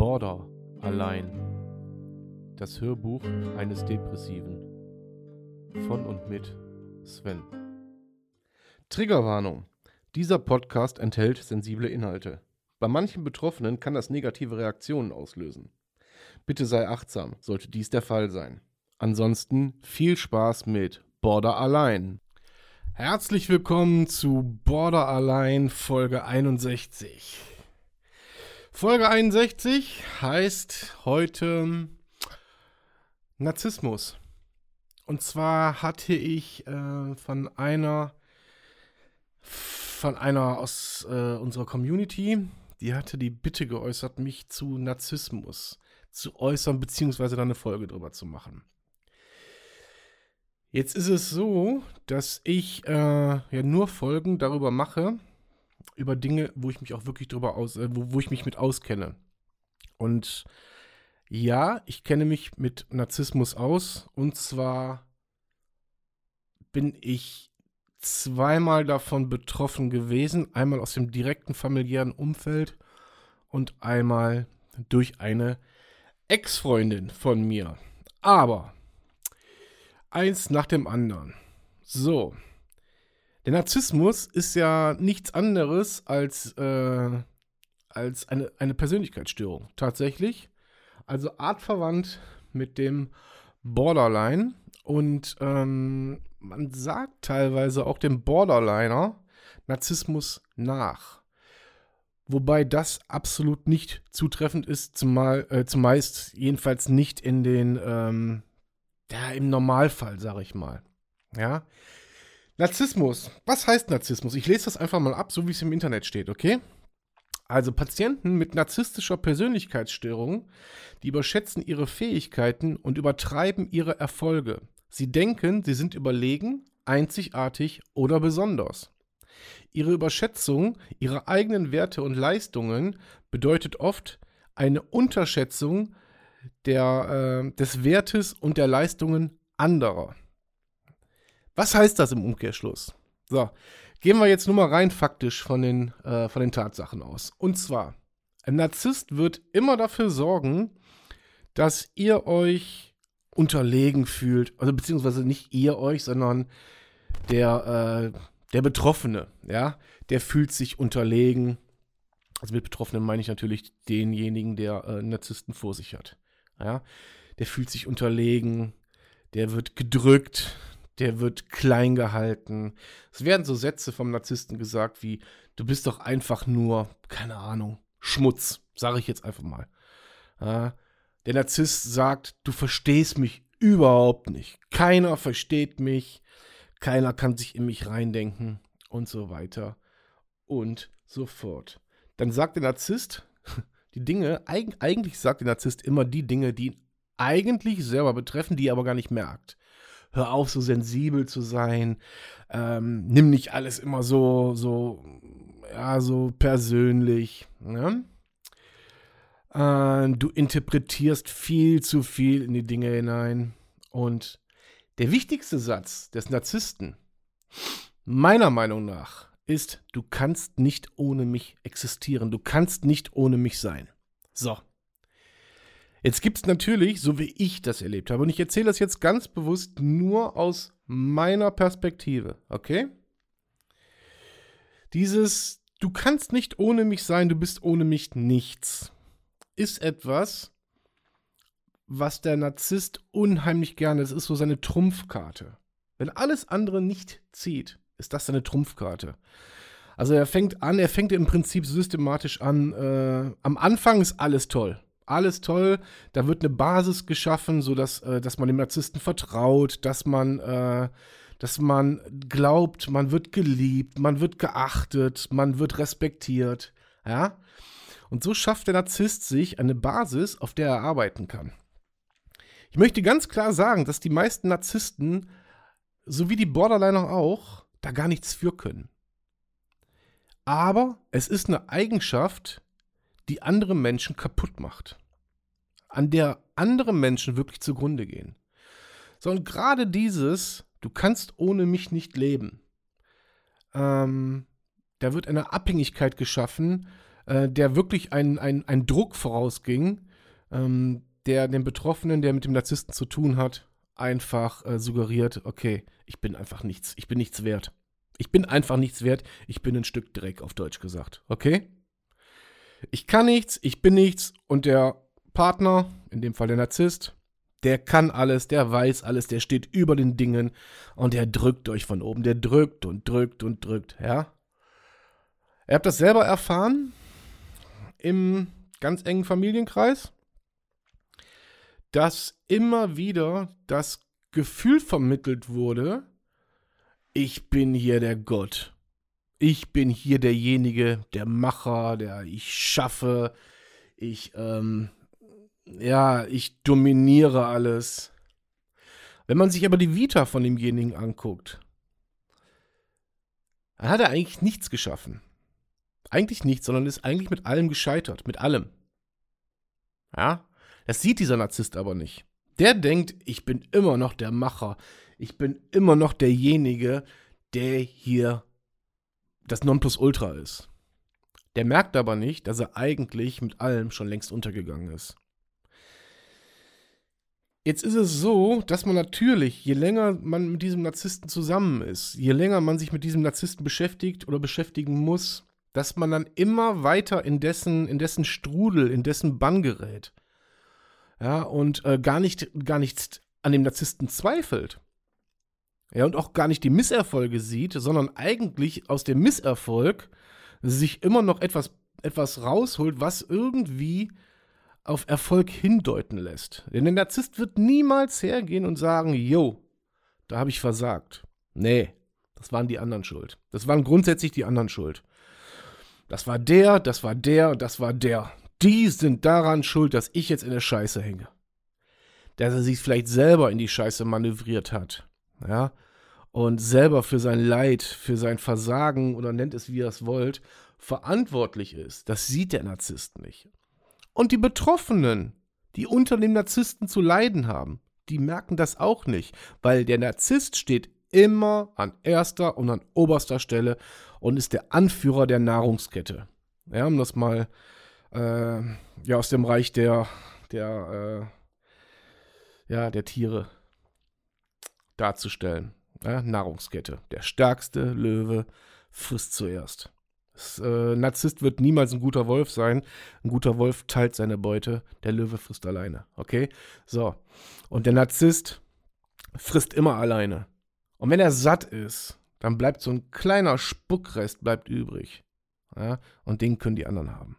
Border allein. Das Hörbuch eines Depressiven. Von und mit Sven. Triggerwarnung. Dieser Podcast enthält sensible Inhalte. Bei manchen Betroffenen kann das negative Reaktionen auslösen. Bitte sei achtsam, sollte dies der Fall sein. Ansonsten viel Spaß mit Border allein. Herzlich willkommen zu Border allein Folge 61. Folge 61 heißt heute Narzissmus. Und zwar hatte ich von einer aus unserer Community, die hatte die Bitte geäußert, mich zu Narzissmus zu äußern, beziehungsweise da eine Folge drüber zu machen. Jetzt ist es so, dass ich nur Folgen darüber mache, über Dinge, wo ich mich auch wirklich wo ich mich mit auskenne. Und ja, ich kenne mich mit Narzissmus aus. Und zwar bin ich zweimal davon betroffen gewesen. Einmal aus dem direkten familiären Umfeld und einmal durch eine Ex-Freundin von mir. Aber eins nach dem anderen. So. Der Narzissmus ist ja nichts anderes als eine Persönlichkeitsstörung. Tatsächlich. Also artverwandt mit dem Borderline. Und man sagt teilweise auch dem Borderliner Narzissmus nach. Wobei das absolut nicht zutreffend ist, zumeist jedenfalls nicht in den im Normalfall, sage ich mal. Ja. Narzissmus. Was heißt Narzissmus? Ich lese das einfach mal ab, so wie es im Internet steht, okay? Also Patienten mit narzisstischer Persönlichkeitsstörung, die überschätzen ihre Fähigkeiten und übertreiben ihre Erfolge. Sie denken, sie sind überlegen, einzigartig oder besonders. Ihre Überschätzung ihrer eigenen Werte und Leistungen bedeutet oft eine Unterschätzung des Wertes und der Leistungen anderer. Was heißt das im Umkehrschluss? So, gehen wir jetzt nur mal rein faktisch von den Tatsachen aus. Und zwar, ein Narzisst wird immer dafür sorgen, dass ihr euch unterlegen fühlt. Also beziehungsweise nicht ihr euch, sondern der Betroffene. Ja? Der fühlt sich unterlegen. Also mit Betroffenen meine ich natürlich denjenigen, der Narzissten vor sich hat. Ja? Der fühlt sich unterlegen, der wird gedrückt, der wird klein gehalten. Es werden so Sätze vom Narzissten gesagt wie, du bist doch einfach nur, keine Ahnung, Schmutz, sage ich jetzt einfach mal. Ja? Der Narzisst sagt, du verstehst mich überhaupt nicht. Keiner versteht mich, keiner kann sich in mich reindenken und so weiter und so fort. Dann sagt der Narzisst die Dinge, eigentlich sagt der Narzisst immer die Dinge, die ihn eigentlich selber betreffen, die er aber gar nicht merkt. Hör auf, so sensibel zu sein, nimm nicht alles immer so persönlich. Ne? Du interpretierst viel zu viel in die Dinge hinein. Und der wichtigste Satz des Narzissten, meiner Meinung nach, ist, du kannst nicht ohne mich existieren. Du kannst nicht ohne mich sein. So. Jetzt gibt es natürlich, so wie ich das erlebt habe, und ich erzähle das jetzt ganz bewusst nur aus meiner Perspektive, okay? Dieses, du kannst nicht ohne mich sein, du bist ohne mich nichts, ist etwas, was der Narzisst unheimlich gerne, das ist so seine Trumpfkarte. Wenn alles andere nicht zieht, ist das seine Trumpfkarte. Also er fängt im Prinzip systematisch an, am Anfang ist alles toll. Alles toll, da wird eine Basis geschaffen, sodass dass man dem Narzissten vertraut, dass man glaubt, man wird geliebt, man wird geachtet, man wird respektiert. Ja? Und so schafft der Narzisst sich eine Basis, auf der er arbeiten kann. Ich möchte ganz klar sagen, dass die meisten Narzissten, so wie die Borderliner auch, da gar nichts für können. Aber es ist eine Eigenschaft, die andere Menschen kaputt macht. An der andere Menschen wirklich zugrunde gehen. So, und gerade dieses, du kannst ohne mich nicht leben, da wird eine Abhängigkeit geschaffen, der wirklich ein Druck vorausging, der dem Betroffenen, der mit dem Narzissten zu tun hat, einfach suggeriert, okay, ich bin einfach nichts, ich bin nichts wert. Ich bin einfach nichts wert, ich bin ein Stück Dreck, auf Deutsch gesagt, okay? Ich kann nichts, ich bin nichts und der Partner, in dem Fall der Narzisst, der kann alles, der weiß alles, der steht über den Dingen und der drückt euch von oben, der drückt und drückt und drückt, ja? Ihr habt das selber erfahren im ganz engen Familienkreis, dass immer wieder das Gefühl vermittelt wurde, ich bin hier der Gott. Ich bin hier derjenige, der Macher, ich schaffe, ich dominiere alles. Wenn man sich aber die Vita von demjenigen anguckt, dann hat er eigentlich nichts geschaffen. Eigentlich nichts, sondern ist eigentlich mit allem gescheitert. Mit allem. Ja? Das sieht dieser Narzisst aber nicht. Der denkt, ich bin immer noch der Macher. Ich bin immer noch derjenige, der hier das Nonplusultra ist. Der merkt aber nicht, dass er eigentlich mit allem schon längst untergegangen ist. Jetzt ist es so, dass man natürlich, je länger man mit diesem Narzissten zusammen ist, je länger man sich mit diesem Narzissten beschäftigt oder beschäftigen muss, dass man dann immer weiter in dessen Strudel, in dessen Bann gerät. Ja, und gar nichts an dem Narzissten zweifelt. Ja, und auch gar nicht die Misserfolge sieht, sondern eigentlich aus dem Misserfolg sich immer noch etwas rausholt, was irgendwie auf Erfolg hindeuten lässt. Denn der Narzisst wird niemals hergehen und sagen, jo, da habe ich versagt. Nee, das waren die anderen schuld. Das waren grundsätzlich die anderen schuld. Das war der, das war der und das war der. Die sind daran schuld, dass ich jetzt in der Scheiße hänge. Dass er sich vielleicht selber in die Scheiße manövriert hat. Ja, und selber für sein Leid, für sein Versagen oder nennt es wie ihr es wollt, verantwortlich ist. Das sieht der Narzisst nicht. Und die Betroffenen, die unter dem Narzissten zu leiden haben, die merken das auch nicht, weil der Narzisst steht immer an erster und an oberster Stelle und ist der Anführer der Nahrungskette. Ja, um das mal aus dem Reich der Tiere darzustellen. Ja, Nahrungskette. Der stärkste Löwe frisst zuerst. Narzisst wird niemals ein guter Wolf sein. Ein guter Wolf teilt seine Beute. Der Löwe frisst alleine. Okay? So. Und der Narzisst frisst immer alleine. Und wenn er satt ist, dann bleibt so ein kleiner Spuckrest bleibt übrig. Ja? Und den können die anderen haben.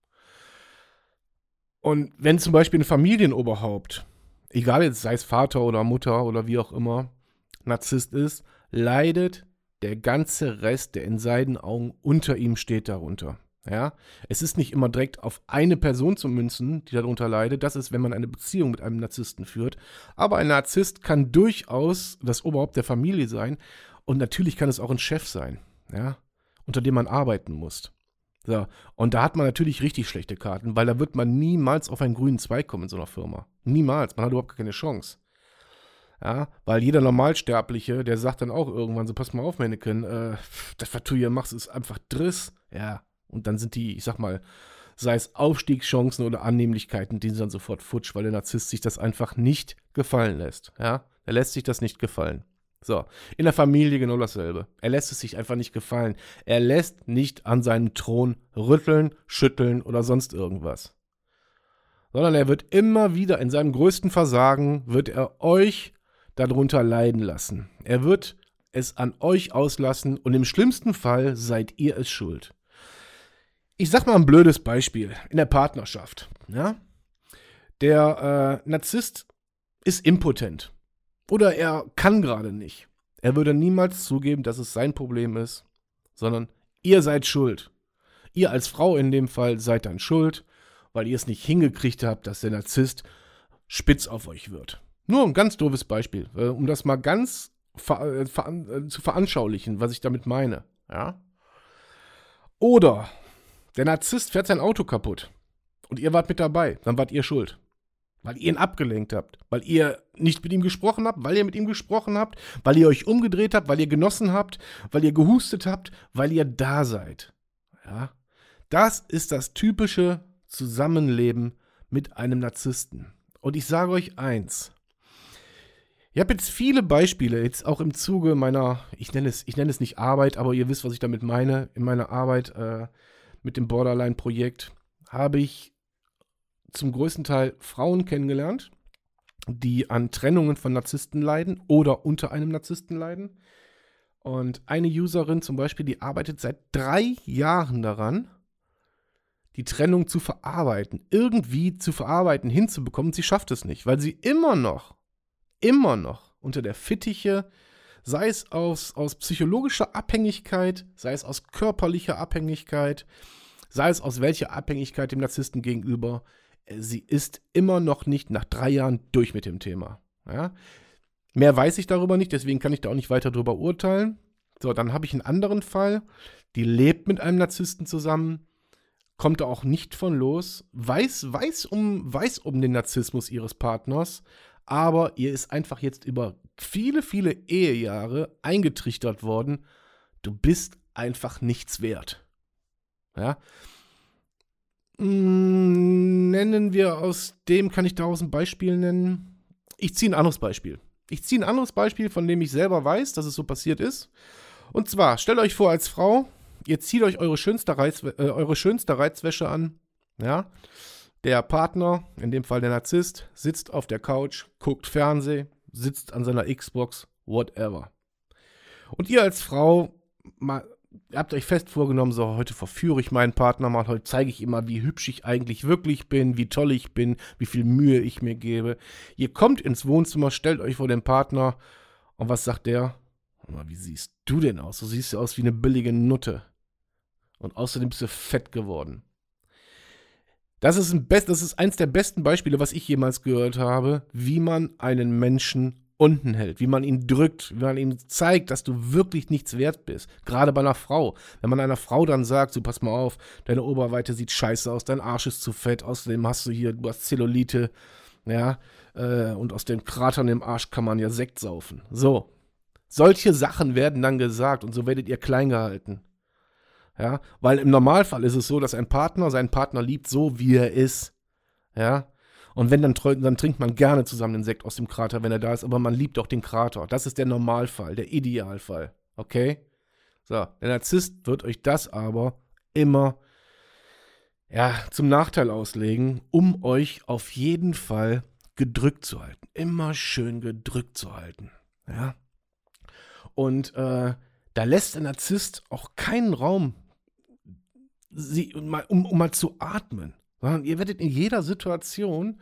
Und wenn zum Beispiel ein Familienoberhaupt, egal jetzt sei es Vater oder Mutter oder wie auch immer, Narzisst ist, leidet der ganze Rest, der in seinen Augen unter ihm steht, darunter. Ja? Es ist nicht immer direkt auf eine Person zu münzen, die darunter leidet. Das ist, wenn man eine Beziehung mit einem Narzissten führt. Aber ein Narzisst kann durchaus das Oberhaupt der Familie sein. Und natürlich kann es auch ein Chef sein, ja? Unter dem man arbeiten muss. So. Und da hat man natürlich richtig schlechte Karten, weil da wird man niemals auf einen grünen Zweig kommen in so einer Firma. Niemals. Man hat überhaupt keine Chance. Ja, weil jeder Normalsterbliche, der sagt dann auch irgendwann so, pass mal auf, Männchen, das, was du hier machst, ist einfach Driss. Ja, und dann sind die, ich sag mal, sei es Aufstiegschancen oder Annehmlichkeiten, die sind dann sofort futsch, weil der Narzisst sich das einfach nicht gefallen lässt. Ja, er lässt sich das nicht gefallen. So, in der Familie genau dasselbe. Er lässt es sich einfach nicht gefallen. Er lässt nicht an seinem Thron rütteln, schütteln oder sonst irgendwas. Sondern er wird immer wieder in seinem größten Versagen, wird er euch darunter leiden lassen. Er wird es an euch auslassen und im schlimmsten Fall seid ihr es schuld. Ich sag mal ein blödes Beispiel in der Partnerschaft. Ja? Der Narzisst ist impotent oder er kann gerade nicht. Er würde niemals zugeben, dass es sein Problem ist, sondern ihr seid schuld. Ihr als Frau in dem Fall seid dann schuld, weil ihr es nicht hingekriegt habt, dass der Narzisst spitz auf euch wird. Nur ein ganz doofes Beispiel, um das mal ganz zu veranschaulichen, was ich damit meine. Ja? Oder der Narzisst fährt sein Auto kaputt und ihr wart mit dabei, dann wart ihr schuld. Weil ihr ihn abgelenkt habt, weil ihr nicht mit ihm gesprochen habt, weil ihr mit ihm gesprochen habt, weil ihr euch umgedreht habt, weil ihr genossen habt, weil ihr gehustet habt, weil ihr da seid. Ja? Das ist das typische Zusammenleben mit einem Narzissten. Und ich sage euch eins. Ich habe jetzt viele Beispiele, jetzt auch im Zuge meiner, ich nenne es nicht Arbeit, aber ihr wisst, was ich damit meine. In meiner Arbeit mit dem Borderline-Projekt habe ich zum größten Teil Frauen kennengelernt, die an Trennungen von Narzissten leiden oder unter einem Narzissten leiden. Und eine Userin zum Beispiel, die arbeitet seit 3 Jahren daran, die Trennung zu verarbeiten, irgendwie zu verarbeiten, hinzubekommen. Sie schafft es nicht, weil sie immer noch unter der Fittiche, sei es aus psychologischer Abhängigkeit, sei es aus körperlicher Abhängigkeit, sei es aus welcher Abhängigkeit dem Narzissten gegenüber, sie ist immer noch nicht nach 3 Jahren durch mit dem Thema. Ja? Mehr weiß ich darüber nicht, deswegen kann ich da auch nicht weiter drüber urteilen. So, dann habe ich einen anderen Fall, die lebt mit einem Narzissten zusammen, kommt da auch nicht von los, weiß um den Narzissmus ihres Partners, aber ihr ist einfach jetzt über viele, viele Ehejahre eingetrichtert worden, du bist einfach nichts wert. Ja? Nennen wir aus dem, kann ich daraus ein Beispiel nennen? Ich ziehe ein anderes Beispiel. Von dem ich selber weiß, dass es so passiert ist. Und zwar, stellt euch vor als Frau, ihr zieht euch eure schönste Reizwäsche an, ja. Der Partner, in dem Fall der Narzisst, sitzt auf der Couch, guckt Fernsehen, sitzt an seiner Xbox, whatever. Und ihr als Frau, habt euch fest vorgenommen, so, heute verführe ich meinen Partner mal, heute zeige ich ihm mal, wie hübsch ich eigentlich wirklich bin, wie toll ich bin, wie viel Mühe ich mir gebe. Ihr kommt ins Wohnzimmer, stellt euch vor den Partner und was sagt der? Wie siehst du denn aus? Du siehst ja aus wie eine billige Nutte. Und außerdem bist du fett geworden. Das ist eins der besten Beispiele, was ich jemals gehört habe, wie man einen Menschen unten hält, wie man ihn drückt, wie man ihm zeigt, dass du wirklich nichts wert bist. Gerade bei einer Frau. Wenn man einer Frau dann sagt, so pass mal auf, deine Oberweite sieht scheiße aus, dein Arsch ist zu fett, außerdem du hast Zellulite, ja, und aus den Kratern im Arsch kann man ja Sekt saufen. So. Solche Sachen werden dann gesagt und so werdet ihr klein gehalten. Ja, weil im Normalfall ist es so, dass ein Partner seinen Partner liebt, so wie er ist. Ja, und wenn dann trinkt man gerne zusammen den Sekt aus dem Krater, wenn er da ist, aber man liebt auch den Krater. Das ist der Normalfall, der Idealfall. Okay? So, der Narzisst wird euch das aber immer zum Nachteil auslegen, um euch auf jeden Fall gedrückt zu halten. Immer schön gedrückt zu halten. Ja. Und da lässt der Narzisst auch keinen Raum, um mal zu atmen. Sondern ihr werdet in jeder Situation,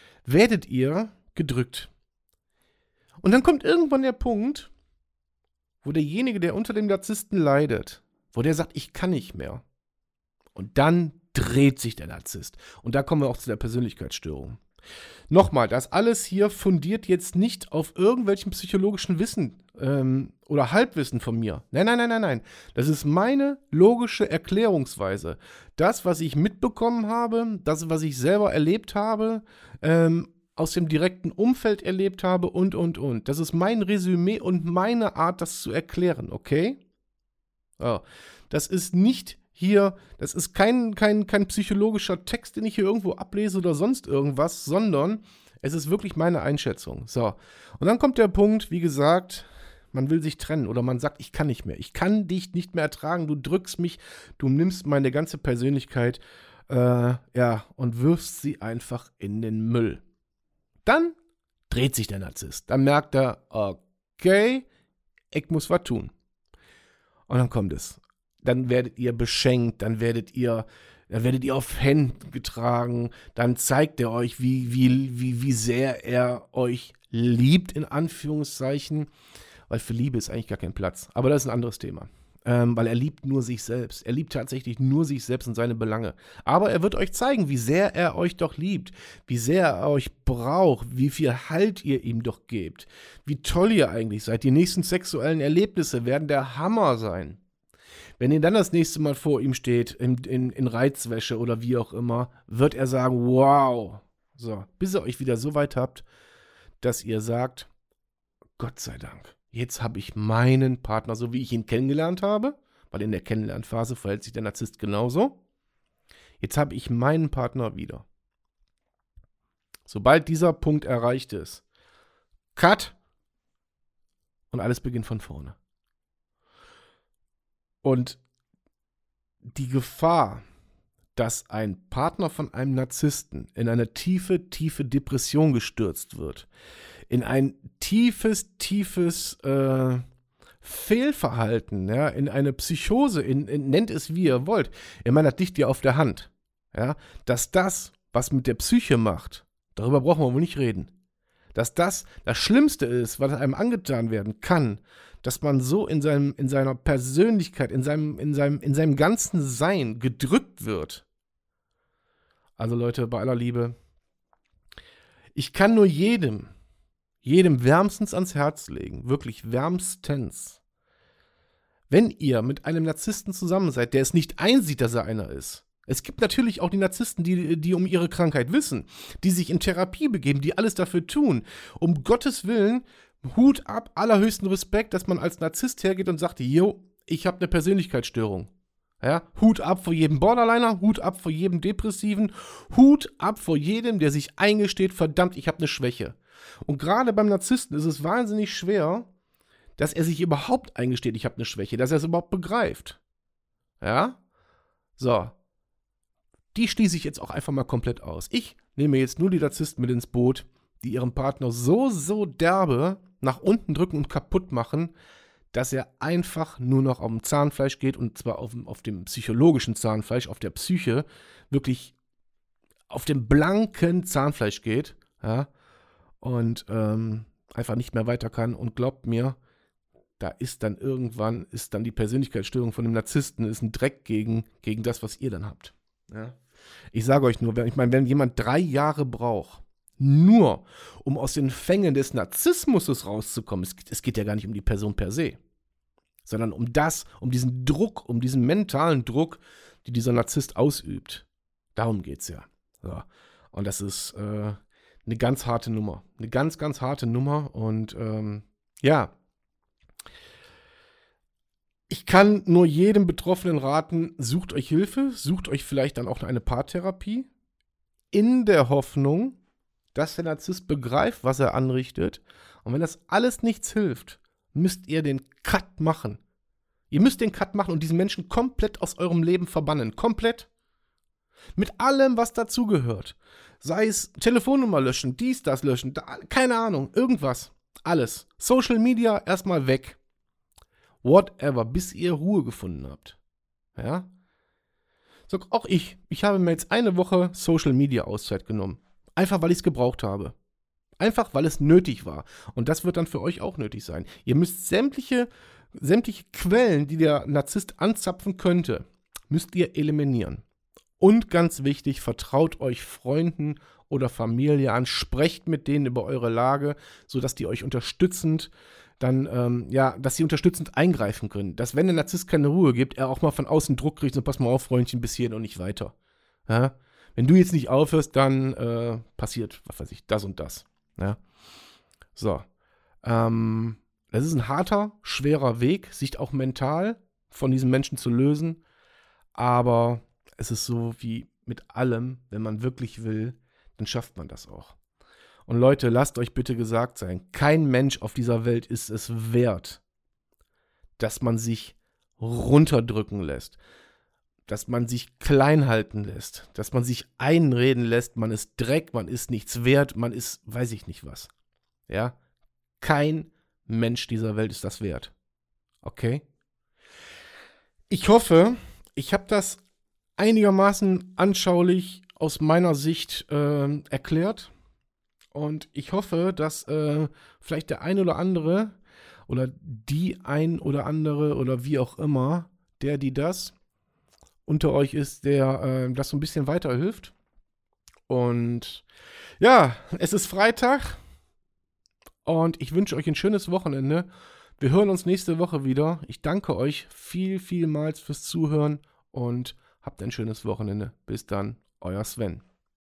gedrückt. Und dann kommt irgendwann der Punkt, wo derjenige, der unter dem Narzissten leidet, wo der sagt, ich kann nicht mehr. Und dann dreht sich der Narzisst. Und da kommen wir auch zu der Persönlichkeitsstörung. Nochmal, das alles hier fundiert jetzt nicht auf irgendwelchem psychologischen Wissen oder Halbwissen von mir. Nein. Das ist meine logische Erklärungsweise. Das, was ich mitbekommen habe, das, was ich selber erlebt habe, aus dem direkten Umfeld erlebt habe und. Das ist mein Resümee und meine Art, das zu erklären, okay? Oh, das ist nicht hier, das ist kein psychologischer Text, den ich hier irgendwo ablese oder sonst irgendwas, sondern es ist wirklich meine Einschätzung. So, und dann kommt der Punkt, wie gesagt, man will sich trennen oder man sagt, ich kann nicht mehr, ich kann dich nicht mehr ertragen, du drückst mich, du nimmst meine ganze Persönlichkeit, und wirfst sie einfach in den Müll. Dann dreht sich der Narzisst, dann merkt er, okay, ich muss was tun. Und dann kommt es. Dann werdet ihr beschenkt, dann werdet ihr auf Händen getragen, dann zeigt er euch, wie sehr er euch liebt, in Anführungszeichen, weil für Liebe ist eigentlich gar kein Platz. Aber das ist ein anderes Thema, weil er liebt nur sich selbst. Er liebt tatsächlich nur sich selbst und seine Belange. Aber er wird euch zeigen, wie sehr er euch doch liebt, wie sehr er euch braucht, wie viel Halt ihr ihm doch gebt, wie toll ihr eigentlich seid. Die nächsten sexuellen Erlebnisse werden der Hammer sein. Wenn ihr dann das nächste Mal vor ihm steht, in Reizwäsche oder wie auch immer, wird er sagen, wow. So, bis ihr euch wieder so weit habt, dass ihr sagt, Gott sei Dank, jetzt habe ich meinen Partner, so wie ich ihn kennengelernt habe, weil in der Kennenlernphase verhält sich der Narzisst genauso. Jetzt habe ich meinen Partner wieder. Sobald dieser Punkt erreicht ist, Cut und alles beginnt von vorne. Und die Gefahr, dass ein Partner von einem Narzissten in eine tiefe, tiefe Depression gestürzt wird, in ein tiefes Fehlverhalten, ja, in eine Psychose, nennt es wie ihr wollt, ich meine, das liegt ja auf der Hand, ja, dass das, was mit der Psyche macht, darüber brauchen wir wohl nicht reden, dass das Schlimmste ist, was einem angetan werden kann, dass man so in seiner Persönlichkeit, in seinem ganzen Sein gedrückt wird. Also Leute, bei aller Liebe, ich kann nur jedem wärmstens ans Herz legen, wirklich wärmstens. Wenn ihr mit einem Narzissten zusammen seid, der es nicht einsieht, dass er einer ist. Es gibt natürlich auch die Narzissten, die um ihre Krankheit wissen, die sich in Therapie begeben, die alles dafür tun. Um Gottes Willen, Hut ab, allerhöchsten Respekt, dass man als Narzisst hergeht und sagt, yo, ich habe eine Persönlichkeitsstörung. Ja, Hut ab vor jedem Borderliner, Hut ab vor jedem Depressiven, Hut ab vor jedem, der sich eingesteht, verdammt, ich habe eine Schwäche. Und gerade beim Narzissten ist es wahnsinnig schwer, dass er sich überhaupt eingesteht, ich habe eine Schwäche, dass er es überhaupt begreift. Ja? So. Die schließe ich jetzt auch einfach mal komplett aus. Ich nehme jetzt nur die Narzissten mit ins Boot, die ihren Partner so derbe nach unten drücken und kaputt machen, dass er einfach nur noch auf dem Zahnfleisch geht, und zwar auf dem psychologischen Zahnfleisch, auf der Psyche, wirklich auf dem blanken Zahnfleisch geht, ja, und einfach nicht mehr weiter kann. Und glaubt mir, da ist dann irgendwann, die Persönlichkeitsstörung von dem Narzissten, ist ein Dreck gegen das, was ihr dann habt. Ja. Ich sage euch nur, wenn jemand 3 Jahre braucht, nur um aus den Fängen des Narzissmus rauszukommen, es geht ja gar nicht um die Person per se, sondern um diesen Druck, um diesen mentalen Druck, die dieser Narzisst ausübt. Darum geht's ja. So. Und das ist eine ganz harte Nummer. Eine ganz, ganz harte Nummer. Und ja, ich kann nur jedem Betroffenen raten, sucht euch Hilfe, sucht euch vielleicht dann auch eine Paartherapie, in der Hoffnung, dass der Narzisst begreift, was er anrichtet. Und wenn das alles nichts hilft, müsst ihr den Cut machen. Ihr müsst den Cut machen und diesen Menschen komplett aus eurem Leben verbannen. Komplett. Mit allem, was dazugehört. Sei es Telefonnummer löschen, das löschen, keine Ahnung, irgendwas. Alles. Social Media erstmal weg. Whatever, bis ihr Ruhe gefunden habt. Ja? So, auch ich habe mir jetzt eine Woche Social Media Auszeit genommen. Einfach, weil ich es gebraucht habe. Einfach, weil es nötig war. Und das wird dann für euch auch nötig sein. Ihr müsst sämtliche Quellen, die der Narzisst anzapfen könnte, müsst ihr eliminieren. Und ganz wichtig, vertraut euch Freunden oder Familie an, sprecht mit denen über eure Lage, sodass die euch unterstützend dass sie unterstützend eingreifen können. Dass, wenn der Narzisst keine Ruhe gibt, er auch mal von außen Druck kriegt und pass mal auf, Freundchen, bis hierhin und nicht weiter. Ja? Wenn du jetzt nicht aufhörst, dann passiert, was weiß ich, das und das. Ja? So. Das ist ein harter, schwerer Weg, sich auch mental von diesen Menschen zu lösen. Aber es ist so wie mit allem, wenn man wirklich will, dann schafft man das auch. Und Leute, lasst euch bitte gesagt sein, kein Mensch auf dieser Welt ist es wert, dass man sich runterdrücken lässt, dass man sich klein halten lässt, dass man sich einreden lässt, man ist Dreck, man ist nichts wert, man ist, weiß ich nicht was. Ja? Kein Mensch dieser Welt ist das wert. Okay? Ich hoffe, ich habe das einigermaßen anschaulich aus meiner Sicht erklärt. Und ich hoffe, dass vielleicht der ein oder andere oder die ein oder andere oder wie auch immer, die das unter euch ist, der das so ein bisschen weiterhilft. Und ja, es ist Freitag und ich wünsche euch ein schönes Wochenende. Wir hören uns nächste Woche wieder. Ich danke euch vielmals fürs Zuhören und habt ein schönes Wochenende. Bis dann, euer Sven.